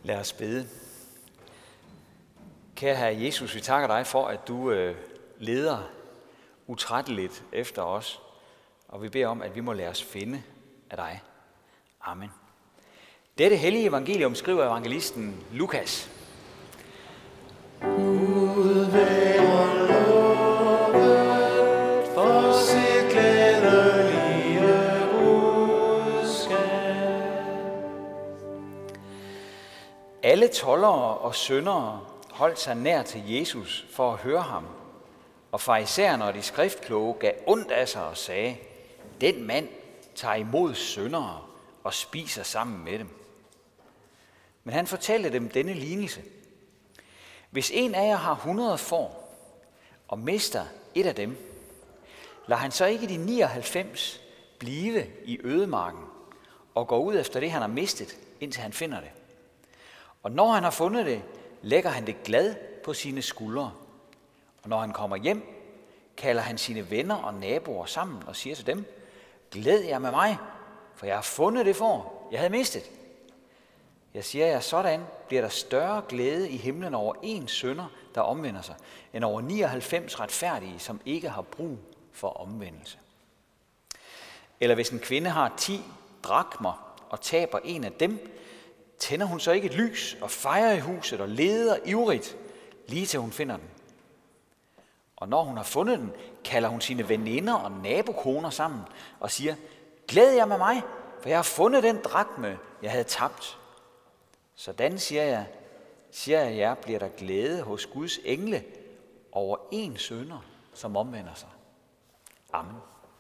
Lad os bede. Kære Herre Jesus, vi takker dig for, at du leder utrætteligt efter os, og vi beder om, at vi må lade os finde af dig. Amen. Dette hellige evangelium skriver evangelisten Lukas. Gud være lovet for sit glædelige budskab. Alle toldere og syndere holdt sig nær til Jesus for at høre ham, og farisæerne og de skriftkloge gav ondt af sig og sagde, den mand tager imod syndere og spiser sammen med dem. Men han fortalte dem denne lignelse. Hvis en af jer har 100 får og mister et af dem, lader han så ikke de 99 blive i ødemarken og går ud efter det, han har mistet, indtil han finder det. Og når han har fundet det, lægger han det glad på sine skuldre. Og når han kommer hjem, kalder han sine venner og naboer sammen og siger til dem, glæd jer med mig, for jeg har fundet det får, jeg havde mistet. Jeg siger jer, sådan bliver der større glæde i himlen over en synder, der omvender sig, end over 99 retfærdige, som ikke har brug for omvendelse. Eller hvis en kvinde har 10 drakmer og taber en af dem, tænder hun så ikke et lys og fejrer i huset og leder ivrigt, lige til hun finder den. Og når hun har fundet den, kalder hun sine veninder og nabokoner sammen og siger, glæd jer med mig, for jeg har fundet den drakme, jeg havde tabt. Sådan siger jeg jer, bliver der glæde hos Guds engle over en synder, som omvender sig. Amen.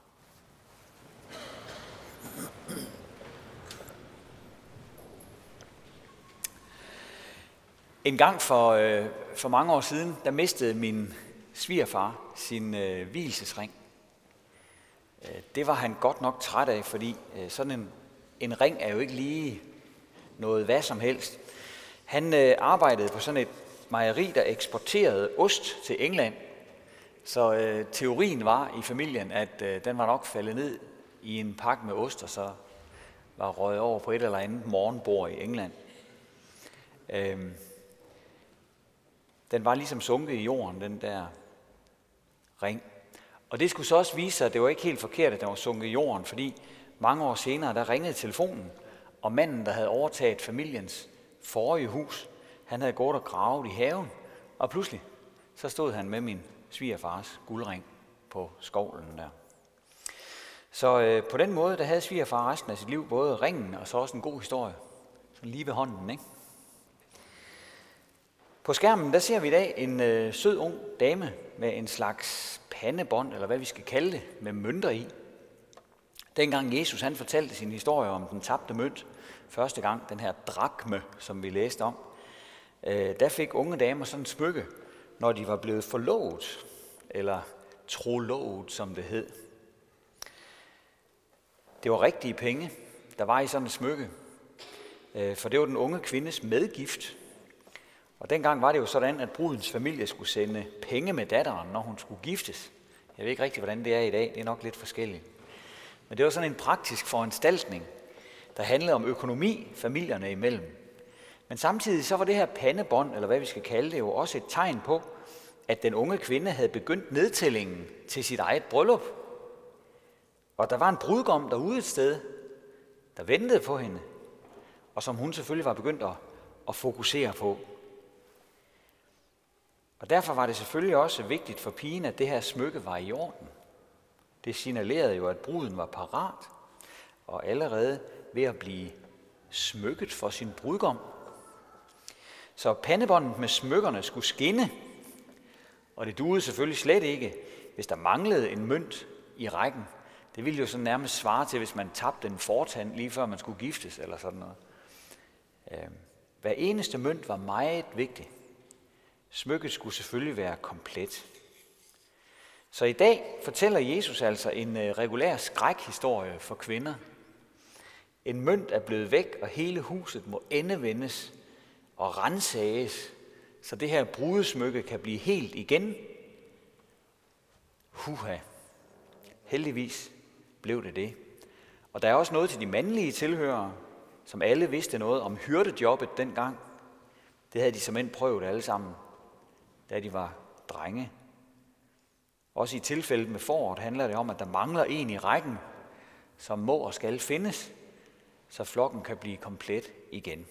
En gang for mange år siden, der mistede min svigerfar sin vielsesring. Det var han godt nok træt af, fordi sådan en ring er jo ikke lige noget hvad som helst. Han arbejdede på sådan et mejeri, der eksporterede ost til England. Så teorien var i familien, at den var nok faldet ned i en pakke med ost, og så var røget over på et eller andet morgenbord i England. Den var ligesom sunket i jorden, den der ring. Og det skulle så også vise sig, at det var ikke helt forkert, at den var sunket i jorden, fordi mange år senere, der ringede telefonen, og manden, der havde overtaget familiens forrige hus, han havde gået og gravet i haven, og pludselig så stod han med min svigerfars guldring på skovlen der. Så på den måde, der havde svigerfar resten af sit liv både ringen og så også en god historie, sådan lige ved hånden, ikke? På skærmen, der ser vi i dag en sød ung dame med en slags pandebånd, eller hvad vi skal kalde det, med mønter i. Dengang Jesus han fortalte sin historie om den tabte mønt, første gang, den her drakme, som vi læste om, der fik unge damer sådan en smykke, når de var blevet forlovet, eller trolovet, som det hed. Det var rigtige penge, der var i sådan et smykke, for det var den unge kvindes medgift. Og dengang var det jo sådan, at brudens familie skulle sende penge med datteren, når hun skulle giftes. Jeg ved ikke rigtig, hvordan det er i dag. Det er nok lidt forskelligt. Men det var sådan en praktisk foranstaltning, der handlede om økonomi familierne imellem. Men samtidig så var det her pandebånd, eller hvad vi skal kalde det, jo også et tegn på, at den unge kvinde havde begyndt nedtællingen til sit eget bryllup. Og der var en brudgom derude et sted, der ventede på hende, og som hun selvfølgelig var begyndt at fokusere på. Og derfor var det selvfølgelig også vigtigt for pigen, at det her smykke var i orden. Det signalerede jo, at bruden var parat og allerede ved at blive smykket for sin brudgom. Så pandebåndet med smykkerne skulle skinne, og det duede selvfølgelig slet ikke, hvis der manglede en mønt i rækken. Det ville jo så nærmest svare til, hvis man tabte en fortand lige før man skulle giftes eller sådan noget. Hver eneste mønt var meget vigtig. Smykket skulle selvfølgelig være komplet. Så i dag fortæller Jesus altså en regulær skrækhistorie for kvinder. En mønt er blevet væk, og hele huset må endevendes og ransages, så det her brudesmykke kan blive helt igen. Huha. Heldigvis blev det. Og der er også noget til de mandlige tilhørere, som alle vidste noget om hyrdejobbet dengang. Det havde de såmænd prøvet alle sammen, da de var drenge. Også i tilfældet med foråret handler det om, at der mangler en i rækken, som må og skal findes, så flokken kan blive komplet igen.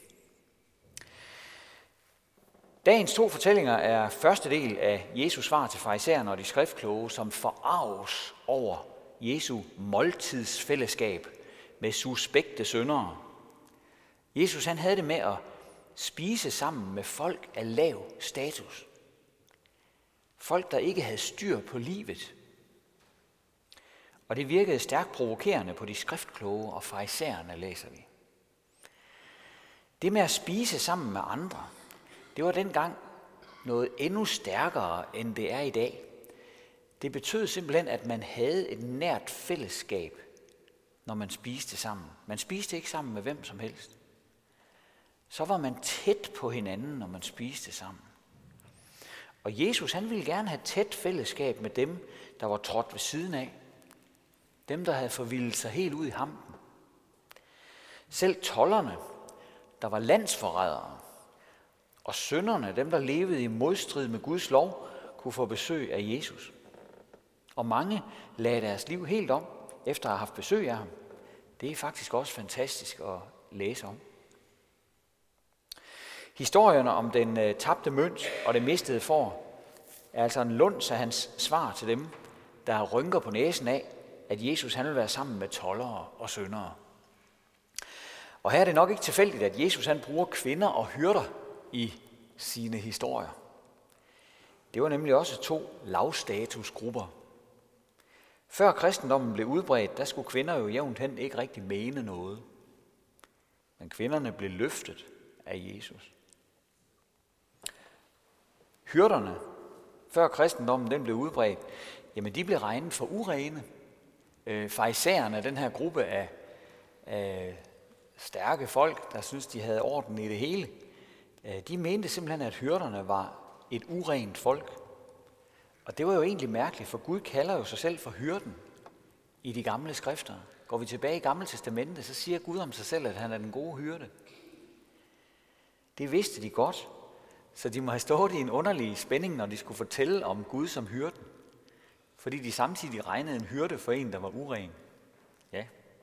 Dagens 2 fortællinger er første del af Jesus svar til farisæerne og de skriftkloge, som forarves over Jesu måltidsfællesskab med suspekte syndere. Jesus han havde det med at spise sammen med folk af lav status. Folk, der ikke havde styr på livet. Og det virkede stærkt provokerende på de skriftkloge og farisæerne, læser vi. Det med at spise sammen med andre, det var dengang noget endnu stærkere, end det er i dag. Det betød simpelthen, at man havde et nært fællesskab, når man spiste sammen. Man spiste ikke sammen med hvem som helst. Så var man tæt på hinanden, når man spiste sammen. Og Jesus han ville gerne have tæt fællesskab med dem, der var trådt ved siden af. Dem, der havde forvildet sig helt ud i hampen. Selv tolderne, der var landsforrædere, og synderne, dem der levede i modstrid med Guds lov, kunne få besøg af Jesus. Og mange lagde deres liv helt om, efter at have haft besøg af ham. Det er faktisk også fantastisk at læse om. Historierne om den tabte mønt og det mistede får er altså en luns af hans svar til dem, der rynker på næsen af, at Jesus han vil være sammen med toldere og syndere. Og her er det nok ikke tilfældigt, at Jesus han bruger kvinder og hyrder i sine historier. Det var nemlig også 2 lavstatusgrupper. Før kristendommen blev udbredt, der skulle kvinder jo jævnt hen ikke rigtig mene noget. Men kvinderne blev løftet af Jesus. Hyrderne, før kristendommen den blev udbredt, jamen de blev regnet for urene. Farisæerne, den her gruppe af stærke folk, der syntes, de havde orden i det hele, de mente simpelthen, at hyrderne var et urent folk. Og det var jo egentlig mærkeligt, for Gud kalder jo sig selv for hyrden i de gamle skrifter. Går vi tilbage i Gamle Testamente, så siger Gud om sig selv, at han er den gode hyrde. Det vidste de godt, så de må have stået i en underlig spænding, når de skulle fortælle om Gud som hyrden. Fordi de samtidig regnede en hyrde for en, der var uren. Ja.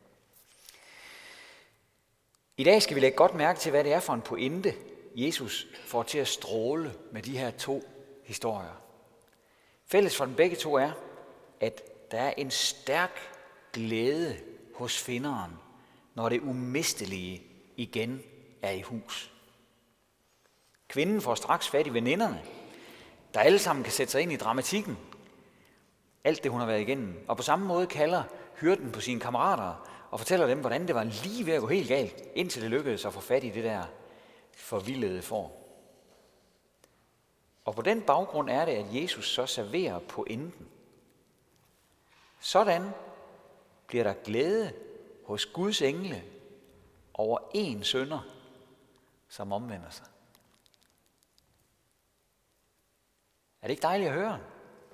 I dag skal vi lægge godt mærke til, hvad det er for en pointe, Jesus får til at stråle med de her 2 historier. Fælles for dem begge 2 er, at der er en stærk glæde hos finderen, når det umistelige igen er i hus. Kvinden får straks fat i veninderne, der alle sammen kan sætte sig ind i dramatikken. Alt det, hun har været igennem. Og på samme måde kalder hyrden på sine kammerater og fortæller dem, hvordan det var lige ved at gå helt galt, indtil det lykkedes at få fat i det der forvildede får. Og på den baggrund er det, at Jesus så serverer pointen. Sådan bliver der glæde hos Guds engle over en synder, som omvender sig. Er det ikke dejligt at høre?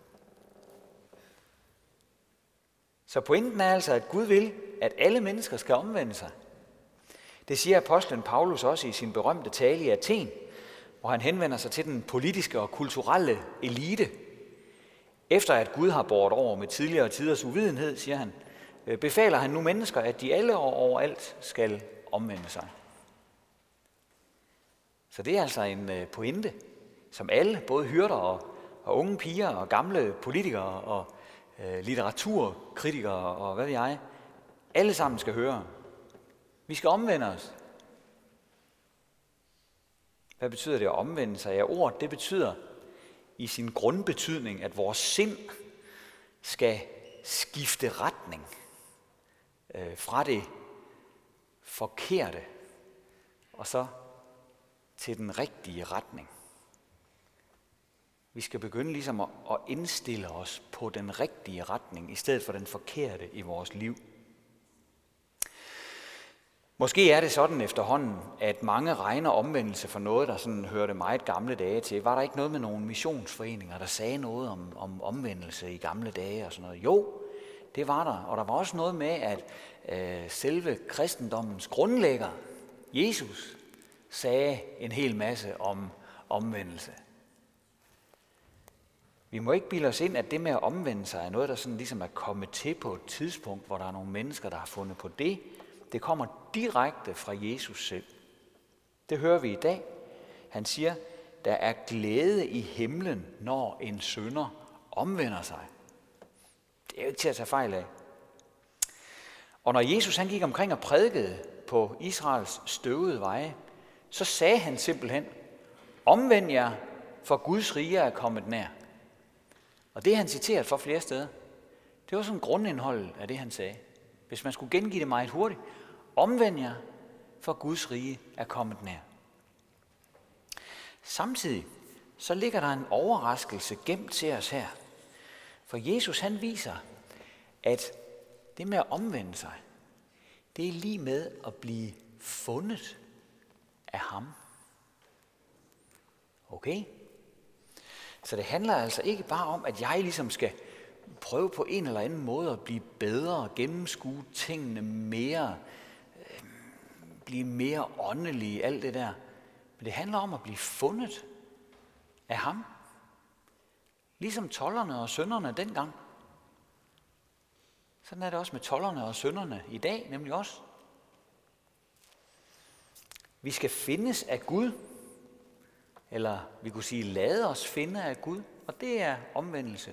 Så pointen er altså, at Gud vil, at alle mennesker skal omvende sig. Det siger apostlen Paulus også i sin berømte tale i Athen, hvor han henvender sig til den politiske og kulturelle elite. Efter at Gud har båret over med tidligere tiders uvidenhed, siger han, befaler han nu mennesker, at de alle og overalt skal omvende sig. Så det er altså en pointe, som alle, både hyrder og unge piger og gamle politikere og litteraturkritikere og hvad ved jeg, alle sammen skal høre. Vi skal omvende os. Hvad betyder det at omvende sig? Ja, ordet det betyder i sin grundbetydning, at vores sind skal skifte retning fra det forkerte og så til den rigtige retning. Vi skal begynde ligesom at indstille os på den rigtige retning, i stedet for den forkerte i vores liv. Måske er det sådan efterhånden, at mange regner omvendelse for noget, der sådan hørte meget gamle dage til. Var der ikke noget med nogle missionsforeninger, der sagde noget om omvendelse i gamle dage og sådan noget? Jo, det var der. Og der var også noget med, at selve kristendommens grundlægger, Jesus, sagde en hel masse om omvendelse. Vi må ikke bilde os ind, at det med at omvende sig er noget, der sådan ligesom er kommet til på et tidspunkt, hvor der er nogle mennesker, der har fundet på det. Det kommer direkte fra Jesus selv. Det hører vi i dag. Han siger, der er glæde i himlen, når en synder omvender sig. Det er jo ikke til at tage fejl af. Og når Jesus han gik omkring og prædikede på Israels støvede veje, så sagde han simpelthen, omvend jer, for Guds rige er kommet nær. Og det er han citeret for flere steder. Det var sådan grundindholdet af det, han sagde. Hvis man skulle gengive det meget hurtigt, omvend jer, for Guds rige er kommet nær. Samtidig så ligger der en overraskelse gemt til os her. For Jesus han viser, at det med at omvende sig, det er lige med at blive fundet af ham. Okay? Så det handler altså ikke bare om, at jeg ligesom skal prøve på en eller anden måde at blive bedre, gennemskue tingene mere, blive mere åndelig, alt det der. Men det handler om at blive fundet af ham. Ligesom tolderne og synderne dengang. Sådan er det også med tolderne og synderne i dag, nemlig os. Vi skal findes af Gud, eller vi kunne sige, lade os finde af Gud, og det er omvendelse.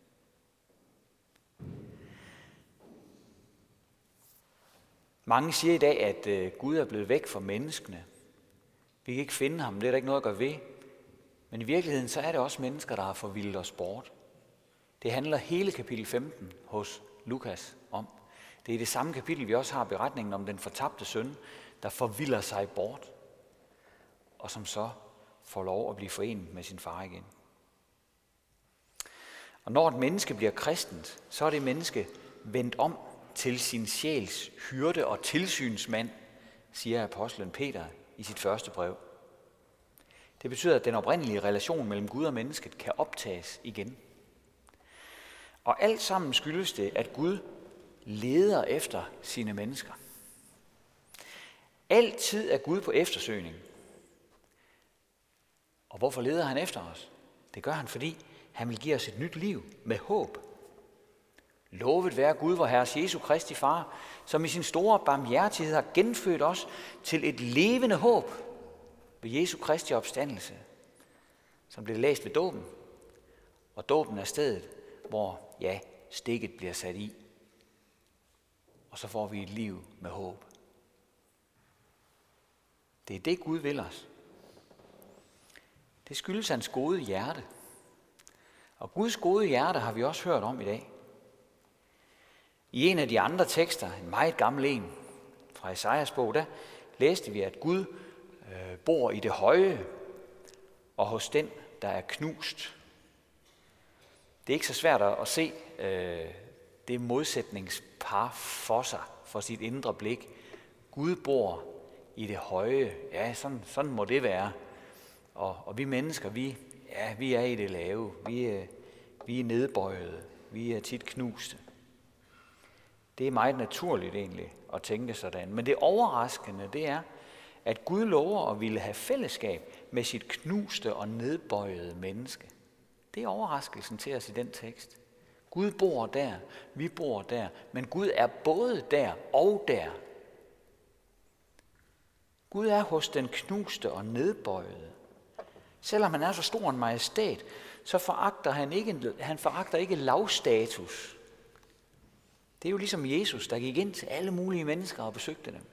Mange siger i dag, at Gud er blevet væk fra menneskene. Vi kan ikke finde ham, det er der ikke noget at gøre ved. Men i virkeligheden så er det også mennesker, der har forvildet os bort. Det handler hele kapitel 15 hos Lukas om. Det er i det samme kapitel, vi også har beretningen om den fortabte søn, der forvilder sig bort, og som så får lov at blive forenet med sin far igen. Og når et menneske bliver kristent, så er det menneske vendt om til sin sjæls hyrde og tilsynsmand, siger apostlen Peter i sit første brev. Det betyder, at den oprindelige relation mellem Gud og mennesket kan optages igen. Og alt sammen skyldes det, at Gud leder efter sine mennesker. Altid er Gud på eftersøgning. Og hvorfor leder han efter os? Det gør han, fordi han vil give os et nyt liv med håb. Lovet være Gud, vor Herres Jesu Kristi Far, som i sin store barmhjertighed har genfødt os til et levende håb ved Jesu Kristi opstandelse, som blev læst ved dåben. Og dåben er stedet, hvor stikket bliver sat i. Og så får vi et liv med håb. Det er det, Gud vil os. Det skyldes hans gode hjerte. Og Guds gode hjerte har vi også hørt om i dag. I en af de andre tekster, en meget gammel en fra Esajas bog, der læste vi, at Gud bor i det høje og hos den, der er knust. Det er ikke så svært at se det modsætningspar for sig, for sit indre blik. Gud bor i det høje. Ja, sådan må det være. Og vi mennesker, vi er i det lave. Vi er nedbøjede. Vi er tit knuste. Det er meget naturligt egentlig at tænke sådan. Men det overraskende, det er, at Gud lover at ville have fællesskab med sit knuste og nedbøjede menneske. Det er overraskelsen til os i den tekst. Gud bor der, vi bor der, men Gud er både der og der. Gud er hos den knuste og nedbøjede. Selvom han er så stor en majestæt, så foragter han foragter ikke lavstatus. Det er jo ligesom Jesus, der gik ind til alle mulige mennesker og besøgte dem.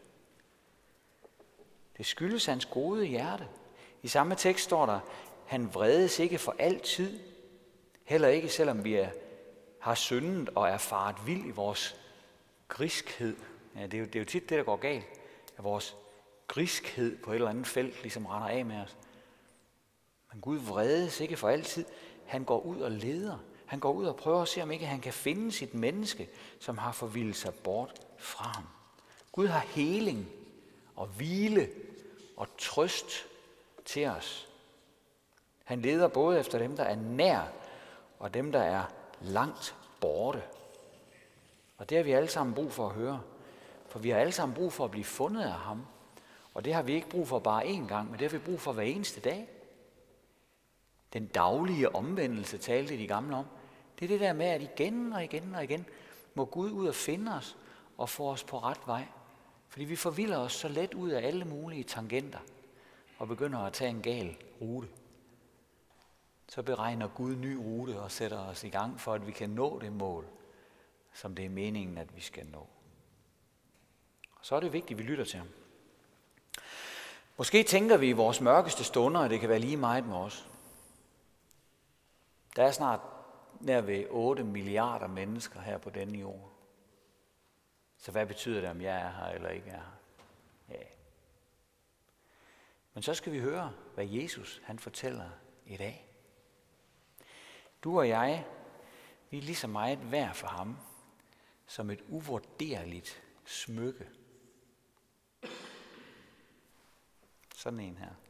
Det skyldes hans gode hjerte. I samme tekst står der, han vredes ikke for altid, heller ikke selvom vi har syndet og er faret vild i vores griskhed. Ja, det er jo tit det, der går galt, at vores griskhed på et eller andet felt ligesom render af med os. Men Gud vredes ikke for altid. Han går ud og leder. Han går ud og prøver at se, om ikke han kan finde sit menneske, som har forvildet sig bort fra ham. Gud har heling og hvile og trøst til os. Han leder både efter dem, der er nær, og dem, der er langt borte. Og det har vi alle sammen brug for at høre. For vi har alle sammen brug for at blive fundet af ham, Og det har vi ikke brug for bare én gang, men det har vi brug for hver eneste dag. Den daglige omvendelse talte de gamle om. Det er det der med, at igen og igen og igen må Gud ud og finde os og få os på ret vej. Fordi vi forvilder os så let ud af alle mulige tangenter og begynder at tage en gal rute. Så beregner Gud ny rute og sætter os i gang for, at vi kan nå det mål, som det er meningen, at vi skal nå. Og så er det vigtigt, at vi lytter til ham. Måske tænker vi i vores mørkeste stunder, at det kan være lige meget med os. Der er snart nær ved 8 milliarder mennesker her på denne jord. Så hvad betyder det, om jeg er her eller ikke er her? Ja. Men så skal vi høre, hvad Jesus han fortæller i dag. Du og jeg, vi er lige så meget værd for ham, som et uvurderligt smykke. Sådan en her.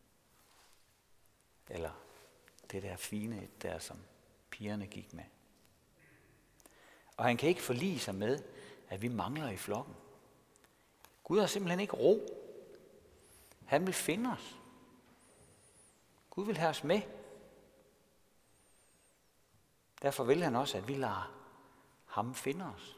Eller det der fine et der, som pigerne gik med. Og han kan ikke forlige sig med, at vi mangler i flokken. Gud har simpelthen ikke ro. Han vil finde os. Gud vil have os med. Derfor vil han også, at vi lader ham finde os.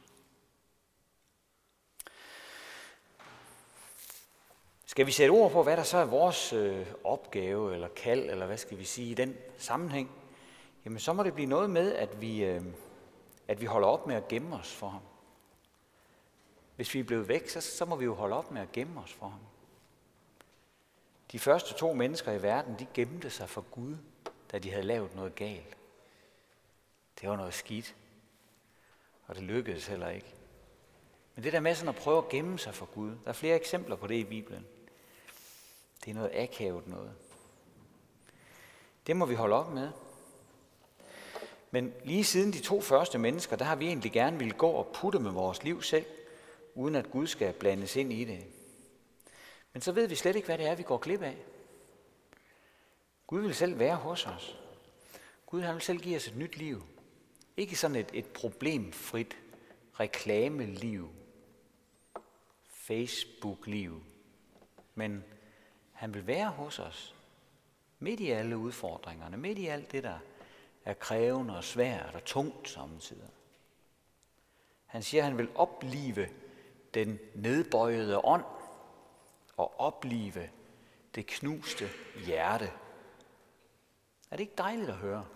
Skal vi sætte ord på, hvad der så er vores opgave eller kald, eller hvad skal vi sige i den sammenhæng? Jamen så må det blive noget med, at vi holder op med at gemme os for ham. Hvis vi er blevet væk, så må vi jo holde op med at gemme os for ham. De første 2 mennesker i verden, de gemte sig for Gud, da de havde lavet noget galt. Det var noget skidt, og det lykkedes heller ikke. Men det der med sådan at prøve at gemme sig for Gud, der er flere eksempler på det i Bibelen. Det er noget akavet noget. Det må vi holde op med. Men lige siden de 2 første mennesker, der har vi egentlig gerne ville gå og putte med vores liv selv, uden at Gud skal blandes ind i det. Men så ved vi slet ikke, hvad det er, vi går glip af. Gud vil selv være hos os. Gud han vil selv give os et nyt liv. Ikke sådan et problemfrit reklameliv, Facebook-liv, men han vil være hos os, midt i alle udfordringerne, midt i alt det, der er krævende og svært og tungt samtidig. Han siger, at han vil oplive den nedbøjede ånd og oplive det knuste hjerte. Er det ikke dejligt at høre?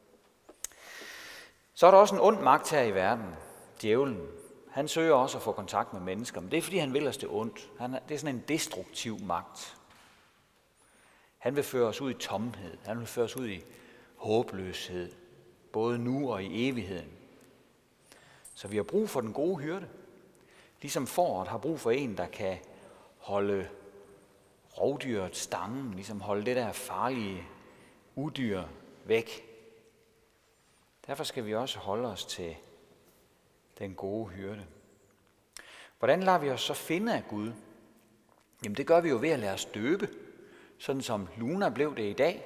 Så er der også en ond magt her i verden, djævlen. Han søger også at få kontakt med mennesker, men det er fordi han vil os det ondt. Det er sådan en destruktiv magt. Han vil føre os ud i tomhed. Han vil føre os ud i håbløshed, både nu og i evigheden. Så vi har brug for den gode hyrde. Ligesom fåret har brug for en, der kan holde rovdyret stangen, ligesom holde det der farlige udyr væk. Derfor skal vi også holde os til den gode hyrde. Hvordan lader vi os så finde af Gud? Jamen det gør vi jo ved at lade os døbe, sådan som Luna blev det i dag.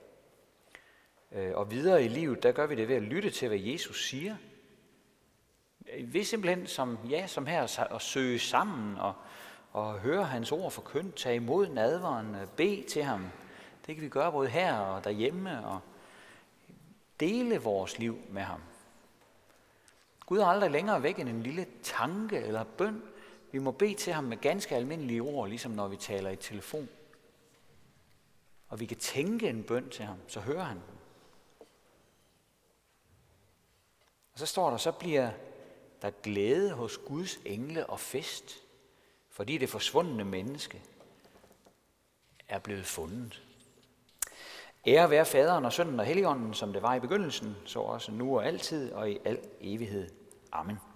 Og videre i livet, der gør vi det ved at lytte til, hvad Jesus siger. Vi simpelthen som her at søge sammen og høre hans ord forkyndt, tage imod nadveren, bede til ham. Det kan vi gøre både her og derhjemme og dele vores liv med ham. Gud er aldrig længere væk end en lille tanke eller bøn. Vi må bede til ham med ganske almindelige ord, ligesom når vi taler i telefon. Og vi kan tænke en bøn til ham, så hører han den. Og så står der, så bliver der glæde hos Guds engle og fest, fordi det forsvundne menneske er blevet fundet. Ære være Faderen og Sønnen og Helligånden, som det var i begyndelsen, så også nu og altid og i al evighed. Amen.